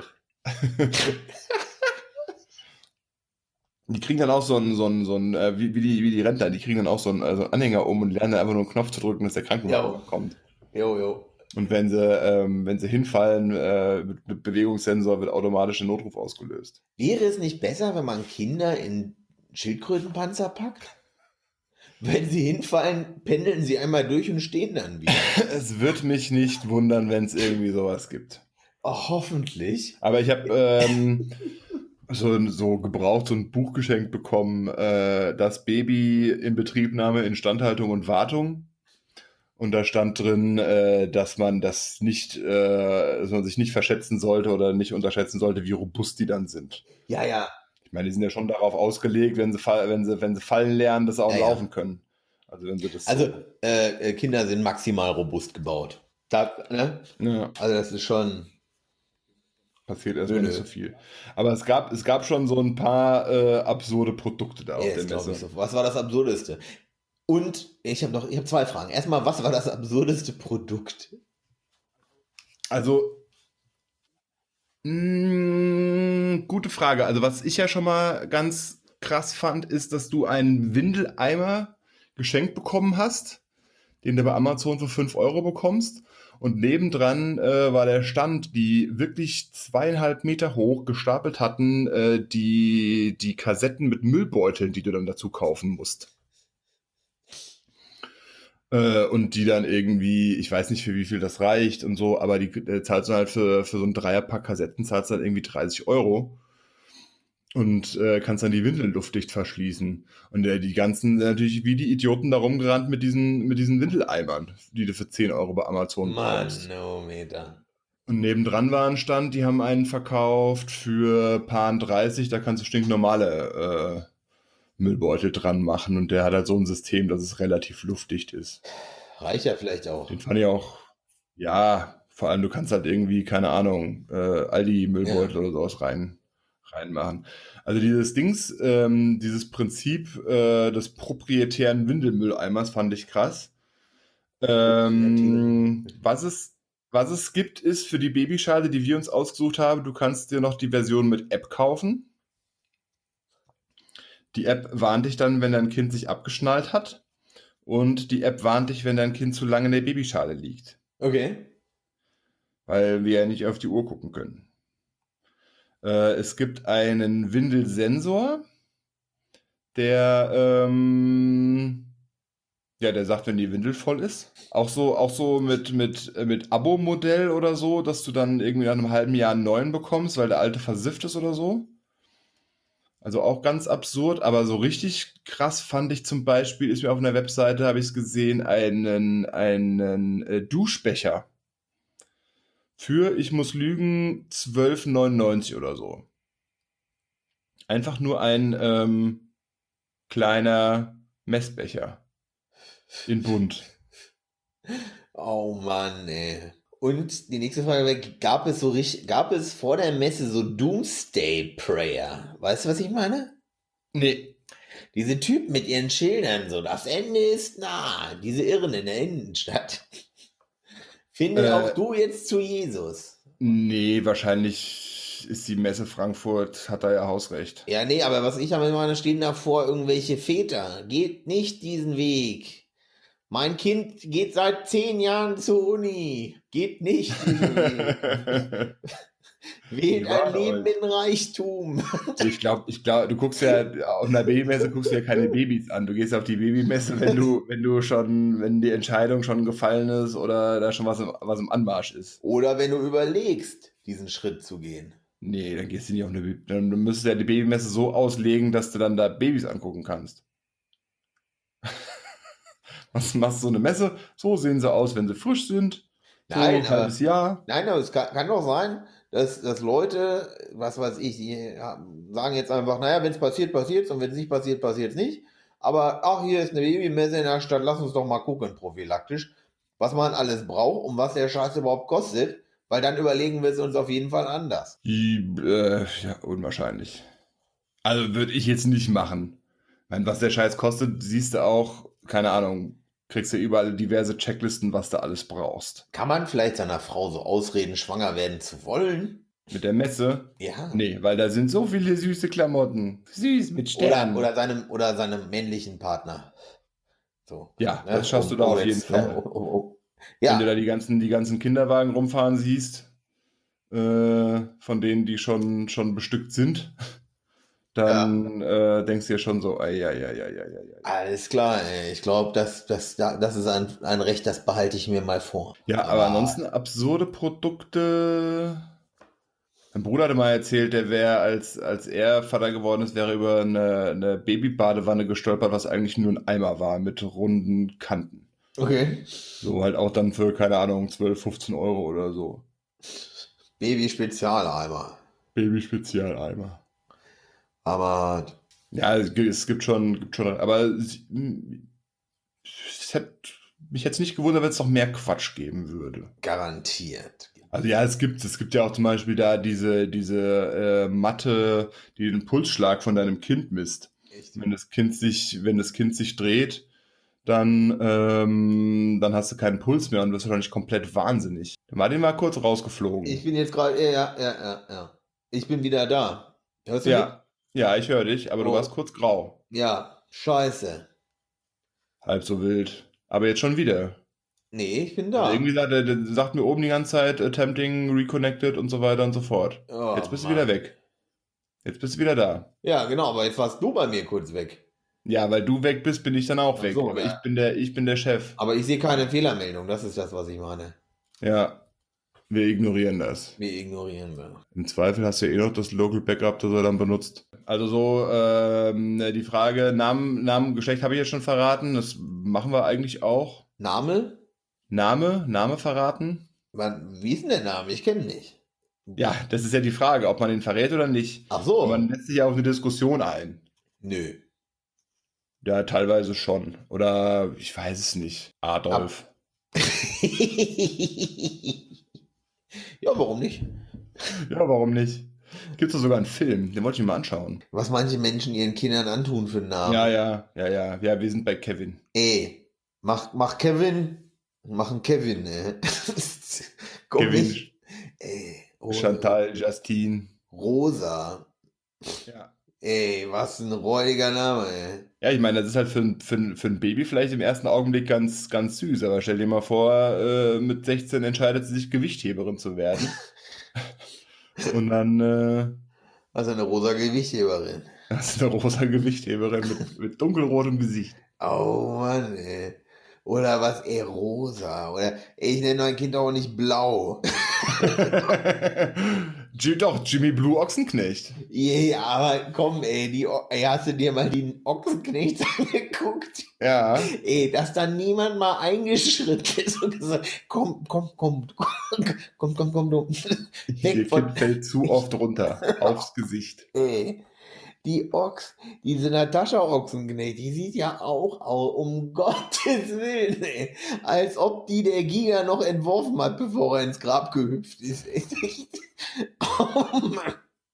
Die kriegen dann auch so einen, so einen, so einen äh, wie, wie, die, wie die Rentner, die kriegen dann auch so einen, also einen Anhänger um und lernen dann einfach nur einen Knopf zu drücken, dass der Krankenwagen Jo, kommt. jo, jo. Und wenn sie, ähm, wenn sie hinfallen, äh, mit, mit Bewegungssensor wird automatisch ein Notruf ausgelöst. Wäre es nicht besser, wenn man Kinder in Schildkrötenpanzer packt? Wenn sie hinfallen, pendeln sie einmal durch und stehen dann wieder. Es wird mich nicht wundern, wenn es irgendwie sowas gibt. Oh, hoffentlich. Aber ich habe ähm, so, so gebraucht so ein Buch geschenkt bekommen, äh, das Baby in Betriebnahme, Instandhaltung und Wartung. Und da stand drin, äh, dass man das nicht, äh, dass man sich nicht verschätzen sollte oder nicht unterschätzen sollte, wie robust die dann sind. Ja, ja. Ich meine, die sind ja schon darauf ausgelegt, wenn sie, fall- wenn sie, wenn sie fallen lernen, dass sie auch Ja, laufen ja. können. Also wenn sie das Also, so. äh, äh, Kinder sind maximal robust gebaut. Da, ne? Ja, Also, das ist schon. passiert Nö, erstmal nicht nö. so viel. Aber es gab, es gab schon so ein paar äh, absurde Produkte da auf Ja, der das glaube ich Messe. so. Was war das Absurdeste? Und ich habe noch, ich habe zwei Fragen. Erstmal, was war das absurdeste Produkt? Also, mh, gute Frage. Also, was ich ja schon mal ganz krass fand, ist, dass du einen Windeleimer geschenkt bekommen hast, den du bei Amazon für fünf Euro bekommst. Und nebendran äh, war der Stand, die wirklich zweieinhalb Meter hoch gestapelt hatten, äh, die, die Kassetten mit Müllbeuteln, die du dann dazu kaufen musst. Äh, und die dann irgendwie, ich weiß nicht, für wie viel das reicht und so, aber die äh, zahlst du halt für, für so ein Dreierpack Kassetten, zahlst du halt irgendwie dreißig Euro. und äh, kannst dann die Windeln luftdicht verschließen. Und äh, die ganzen, äh, natürlich wie die Idioten da rumgerannt mit diesen, mit diesen Windeleimern, die du für zehn Euro bei Amazon brauchst. Manometer. Und nebendran war ein Stand, die haben einen verkauft für Paar dreißig, da kannst du stinknormale äh, Müllbeutel dran machen und der hat halt so ein System, dass es relativ luftdicht ist. Reicht ja vielleicht auch. Den fand ich auch, ja, vor allem du kannst halt irgendwie, keine Ahnung, äh, Aldi-Müllbeutel Ja. oder sowas rein, reinmachen. Also dieses Dings, ähm, dieses Prinzip äh, des proprietären Windelmülleimers fand ich krass. Ähm, was es, was es gibt, ist für die Babyschale, die wir uns ausgesucht haben, du kannst dir noch die Version mit App kaufen. Die App warnt dich dann, wenn dein Kind sich abgeschnallt hat. Und die App warnt dich, wenn dein Kind zu lange in der Babyschale liegt. Okay. Weil wir ja nicht auf die Uhr gucken können. Äh, es gibt einen Windelsensor, der, ähm, ja, der sagt, wenn die Windel voll ist. Auch so, auch so mit, mit, mit Abo-Modell oder so, dass du dann irgendwie nach einem halben Jahr einen neuen bekommst, weil der alte versifft ist oder so. Also auch ganz absurd, aber so richtig krass fand ich zum Beispiel, ist mir auf einer Webseite, habe ich es gesehen, einen, einen äh, Duschbecher. Für, ich muss lügen, zwölf neunundneunzig oder so. Einfach nur ein ähm, kleiner Messbecher. In bunt. Oh Mann, ey. Und die nächste Frage wäre, gab es so richtig, gab es vor der Messe so Doomsday Prayer? Weißt du, was ich meine? Nee. Diese Typen mit ihren Schildern, so, das Ende ist nah. Diese Irren in der Innenstadt. Finde Äh, auch du jetzt zu Jesus. Nee, wahrscheinlich ist die Messe Frankfurt, hat da ja Hausrecht. Ja, nee, aber was ich habe meine, stehen davor irgendwelche Väter. Geht nicht diesen Weg. Mein Kind geht seit zehn Jahren zur Uni. Geht nicht diesen Weg. Wählt ein Leben in Reichtum. Ich glaube, ich glaub, du guckst ja auf einer Babymesse guckst du ja keine Babys an. Du gehst auf die Babymesse, wenn du, wenn du schon, wenn die Entscheidung schon gefallen ist oder da schon was im, was im Anmarsch ist. Oder wenn du überlegst, diesen Schritt zu gehen. Nee, dann gehst du nicht auf eine Baby. Dann müsstest du ja die Babymesse so auslegen, dass du dann da Babys angucken kannst. Was machst du so eine Messe? So sehen sie aus, wenn sie frisch sind. So Nein, ein halbes aber, Jahr. nein, aber es kann, kann doch sein, dass, dass Leute, was weiß ich, die ja, sagen jetzt einfach, naja, wenn es passiert, passiert und wenn es nicht passiert, passiert es nicht. Aber ach, hier ist eine Babymesse in der Stadt, lass uns doch mal gucken, prophylaktisch, was man alles braucht und was der Scheiß überhaupt kostet, weil dann überlegen wir es uns auf jeden Fall anders. Die, äh, ja, unwahrscheinlich. Also würde ich jetzt nicht machen. Ich meine, was der Scheiß kostet, siehst du auch, keine Ahnung, kriegst du überall diverse Checklisten, was du alles brauchst. Kann man vielleicht seiner Frau so ausreden, schwanger werden zu wollen? Mit der Messe? Ja. Nee, weil da sind so viele süße Klamotten. Süß mit Sternen. Oder, oder, seinem, oder seinem männlichen Partner. So. Ja, Ne? das schaffst Um- du da um auf jeden jetzt, ne? Fall. Um- um- um- Wenn Ja, du da die ganzen, die ganzen Kinderwagen rumfahren siehst, äh, von denen, die schon, schon bestückt sind, dann äh, denkst du dir schon so, ei, ei, ei, ei, ei, ei, ei. alles klar, ey. Ich glaube, das, das, das ist ein, ein Recht, das behalte ich mir mal vor. Ja, aber ansonsten absurde Produkte. Mein Bruder hatte mal erzählt, der wäre, als, als er Vater geworden ist, wäre über eine, eine Babybadewanne gestolpert, was eigentlich nur ein Eimer war mit runden Kanten. Okay. So halt auch dann für, keine Ahnung, zwölf, fünfzehn Euro oder so. Baby-Spezialeimer. Baby-Spezialeimer. Aber Ja, es gibt, es gibt schon, gibt schon, aber es, es hätte, mich hätte es nicht gewundert, wenn es noch mehr Quatsch geben würde. garantiert. Also ja, es gibt, es gibt ja auch zum Beispiel da diese, diese äh, Matte, die den Pulsschlag von deinem Kind misst. Echt? Wenn das Kind sich, wenn das Kind sich dreht, dann, ähm, dann hast du keinen Puls mehr und wirst wahrscheinlich komplett wahnsinnig. Dann war den mal kurz rausgeflogen. Ich bin jetzt gerade, ja, ja, ja, ja. Ich bin wieder da. Hörst du mich? ja, ja, ich höre dich, aber du Oh. warst kurz grau. Ja, scheiße. Halb so wild. Aber jetzt schon wieder. Nee, ich bin Also da. irgendwie sagt, der, der sagt mir oben die ganze Zeit Attempting, Reconnected und so weiter und so fort. Oh, Jetzt bist du Mann. wieder weg. Jetzt bist du wieder da. Ja, genau, aber jetzt warst du bei mir kurz weg. Ja, weil du weg bist, bin ich dann auch Ach weg. so, aber ja. ich bin der, ich bin der Chef. Aber ich sehe keine Fehlermeldung, das ist das, was ich meine. Ja. Wir ignorieren das. Wir ignorieren wir. Im Zweifel hast du ja eh noch das Local Backup, das er dann benutzt. Also so, ähm, die Frage, Namen, Namen, Geschlecht habe ich jetzt schon verraten. Das machen wir eigentlich auch. Name? Name, Name verraten? Man, wie ist denn der Name? Ich kenne ihn nicht. Ja, das ist ja die Frage, ob man ihn verrät oder nicht. Ach so. Und man lässt sich ja auf eine Diskussion ein. Nö. Ja, teilweise schon. Oder ich weiß es nicht. Adolf. Ja, warum nicht? Ja, warum nicht? Gibt es sogar einen Film, den wollte ich mir mal anschauen. Was manche Menschen ihren Kindern antun für einen Namen. Ja, ja, ja, ja. Ja, wir sind bei Kevin. Ey, mach, mach Kevin, mach einen Kevin, ne? Komm Kevin. nicht. Ey, oh, Chantal, Justine. Rosa. Ja. Ey, was ein räudiger Name, ey. Ja, ich meine, das ist halt für ein, für, ein, für ein Baby vielleicht im ersten Augenblick ganz, ganz süß, aber stell dir mal vor, äh, mit sechzehn entscheidet sie sich, Gewichtheberin zu werden. Und dann äh, Also eine rosa Gewichtheberin. hast du eine rosa Gewichtheberin mit, mit dunkelrotem Gesicht. Oh Mann, ey. Oder was, ey, rosa. Oder, ey, ich nenne mein Kind auch nicht blau. Jim- Doch, Jimmy Blue Ochsenknecht. Ja, aber komm, ey, die, O- ey, hast du dir mal den Ochsenknecht angeguckt? Ja. Ey, dass da niemand mal eingeschritten ist und gesagt, komm, komm, komm, komm, komm, komm, komm, Ihr weg von, Kind fällt zu oft runter aufs Gesicht. ey, die Ochs, diese Natascha Ochsenknecht, die sieht ja auch aus, um Gottes Willen, ey, als ob die der Giga noch entworfen hat, bevor er ins Grab gehüpft ist. Ey. Oh Mann.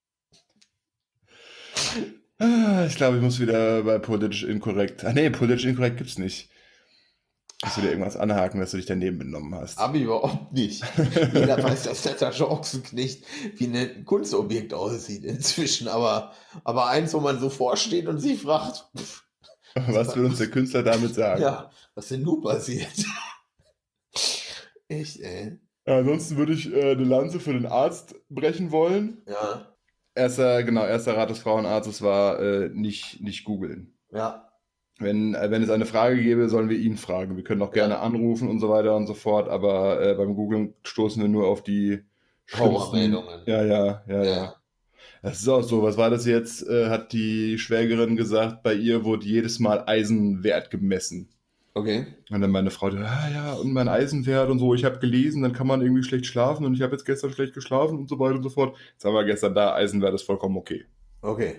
Ah, Ich glaube, ich muss wieder bei politisch inkorrekt. Ach nee, politisch inkorrekt gibt's nicht. Dass du dir irgendwas anhaken, dass du dich daneben benommen hast. Aber überhaupt nicht. Jeder weiß, dass Natascha Ochsenknecht wie ein Kunstobjekt aussieht inzwischen, aber, aber eins, wo man so vorsteht und sich fragt, pff, Was will uns der Künstler damit sagen? ja, was denn nun passiert? Echt, ey. Ja, ansonsten würde ich äh, eine Lanze für den Arzt brechen wollen. Ja, Erster, genau, erster Rat des Frauenarztes war äh, nicht, nicht googeln. ja, Wenn, äh, wenn es eine Frage gäbe, sollen wir ihn fragen. Wir können auch gerne Ja. anrufen und so weiter und so fort, aber äh, beim Googlen stoßen wir nur auf die schlimmsten- Horrormeldungen. Ja, ja, ja, ja. ja. Das ist auch so. Was war das jetzt? Äh, hat die Schwägerin gesagt, bei ihr wurde jedes Mal Eisenwert gemessen. Okay. Und dann meine Frau, ah ja, und mein Eisenwert und so, ich habe gelesen, dann kann man irgendwie schlecht schlafen und ich habe jetzt gestern schlecht geschlafen und so weiter und so fort. Jetzt haben wir gestern da, Eisenwert ist vollkommen okay. Okay.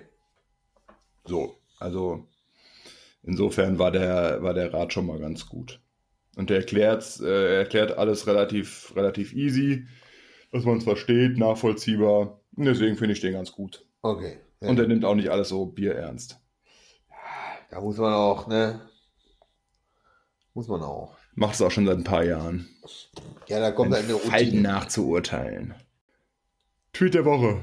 So, also insofern war der, war der Rat schon mal ganz gut. Und der erklärt, äh, erklärt alles relativ, relativ easy, dass man es versteht, nachvollziehbar. Und deswegen finde ich den ganz gut. Okay. Ja. Und er nimmt auch nicht alles so bierernst. Da muss man auch, ne? Muss man auch. Macht es auch schon seit ein paar Jahren. Ja, da kommt Den eine Fallen Routine. nachzuurteilen. Tweet der Woche.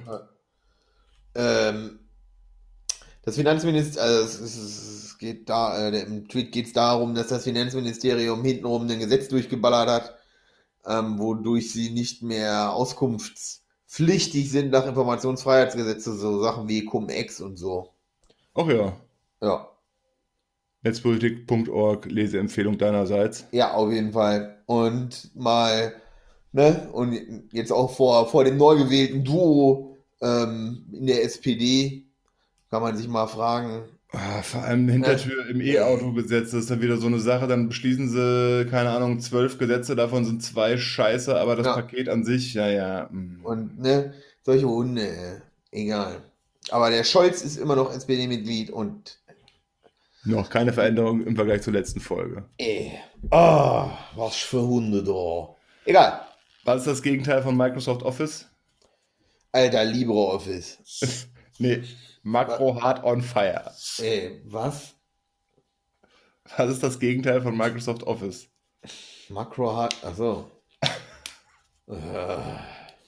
Ähm, das Finanzministerium, also es, es, es geht da, äh, im Tweet geht es darum, dass das Finanzministerium hintenrum ein Gesetz durchgeballert hat, ähm, wodurch sie nicht mehr auskunftspflichtig sind nach Informationsfreiheitsgesetz, so Sachen wie Cum-Ex und so. Ach ja. Ja, Netzpolitik punkt org, Leseempfehlung deinerseits. ja, auf jeden Fall. Und mal, ne, und jetzt auch vor, vor dem neu gewählten Duo ähm, in der S P D kann man sich mal fragen, Ah, vor allem Hintertür im E-Auto-Gesetz, das ist dann wieder so eine Sache, dann beschließen sie, keine Ahnung, zwölf Gesetze, davon sind zwei scheiße, aber das Ja. Paket an sich, ja, ja. mm. und ne, solche Hunde, äh, egal. Aber der Scholz ist immer noch S P D-Mitglied und Noch keine Veränderung im Vergleich zur letzten Folge. ey, ah, was für Hunde da. Egal. Was ist das Gegenteil von Microsoft Office? Alter, LibreOffice. Nee, Makro Hard on Fire. Ey, was? Was ist das Gegenteil von Microsoft Office? Makro hat, achso. Ah,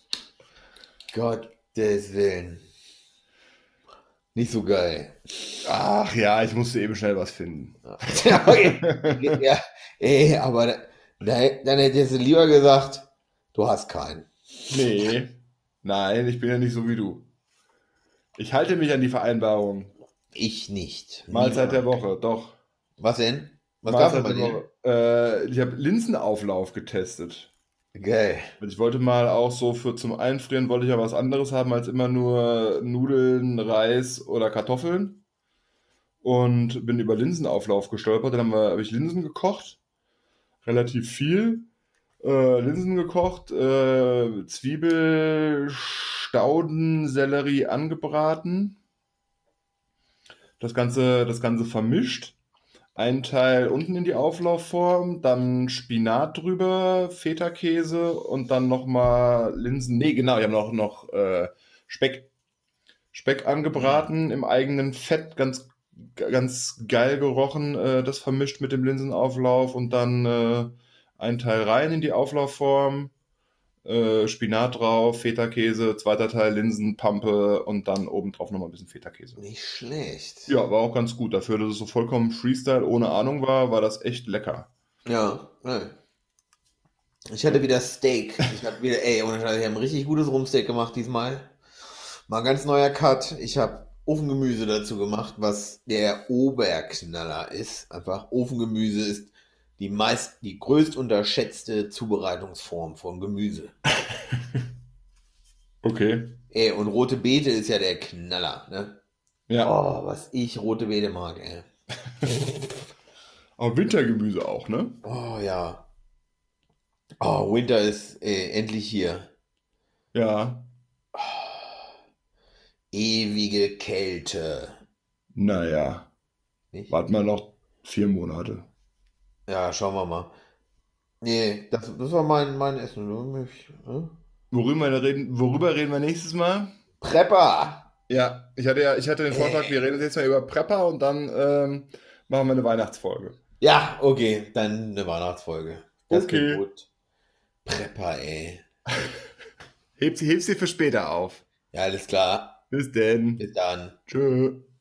Gottes Willen. Nicht so geil. Ach ja, ich musste eben schnell was finden. Ja, okay. Ja, ey, aber da, da, dann hättest du lieber gesagt, du hast keinen. Nee, nein, ich bin ja nicht so wie du. Ich halte mich an die Vereinbarung. Ich nicht. Mahlzeit der Niemand. Woche, doch. Was denn? Was gab's denn Mahlzeit bei der dir? Woche. Äh, ich habe Linsenauflauf getestet. Geil. Ich wollte mal auch so für zum Einfrieren wollte ich ja was anderes haben als immer nur Nudeln, Reis oder Kartoffeln. Und bin über Linsenauflauf gestolpert. Dann haben wir, habe ich Linsen gekocht, relativ viel. Äh, Linsen gekocht, äh, Zwiebel, Stauden, Sellerie angebraten. Das Ganze, das Ganze vermischt. Ein Teil unten in die Auflaufform, dann Spinat drüber, Feta-Käse und dann nochmal Linsen. Nee, genau, ich habe noch, noch äh, Speck, Speck Mm. angebraten im eigenen Fett, ganz, ganz geil gerochen, äh, das vermischt mit dem Linsenauflauf und dann äh, ein Teil rein in die Auflaufform, äh, Spinat drauf, Feta-Käse, zweiter Teil Linsenpampe und dann obendrauf nochmal ein bisschen Feta-Käse. Nicht schlecht. Ja, war auch ganz gut. Dafür, dass es so vollkommen Freestyle ohne Ahnung war, war das echt lecker. Ja, geil. Ich Ja. hatte wieder Steak. Ich hatte wieder, ey, ohne Scheiß, ich habe ein richtig gutes Rumsteak gemacht diesmal. Mal ein ganz neuer Cut. Ich habe Ofengemüse dazu gemacht, was der Oberknaller ist. Einfach Ofengemüse ist die meist, die größt unterschätzte Zubereitungsform von Gemüse. Okay. Ey, und rote Beete ist ja der Knaller, ne? Ja. Oh, was ich rote Beete mag, ey. Aber Wintergemüse auch, ne? Oh ja. Oh, Winter ist äh, endlich hier. Ja. Ewige Kälte. Naja. Nicht? Warten wir noch vier Monate. Ja, schauen wir mal. Nee, das, das war mein, mein Essen. Du, Ich, äh? Worüber reden, worüber reden wir nächstes Mal? Prepper! Ja, ich hatte ja, ich hatte den Vorschlag, wir Äh. reden jetzt mal über Prepper und dann ähm, machen wir eine Weihnachtsfolge. Ja, okay, dann eine Weihnachtsfolge. Das klingt Okay. gut. Prepper, ey. Heb sie, heb sie für später auf. Ja, alles klar. Bis denn. Bis dann. Tschö.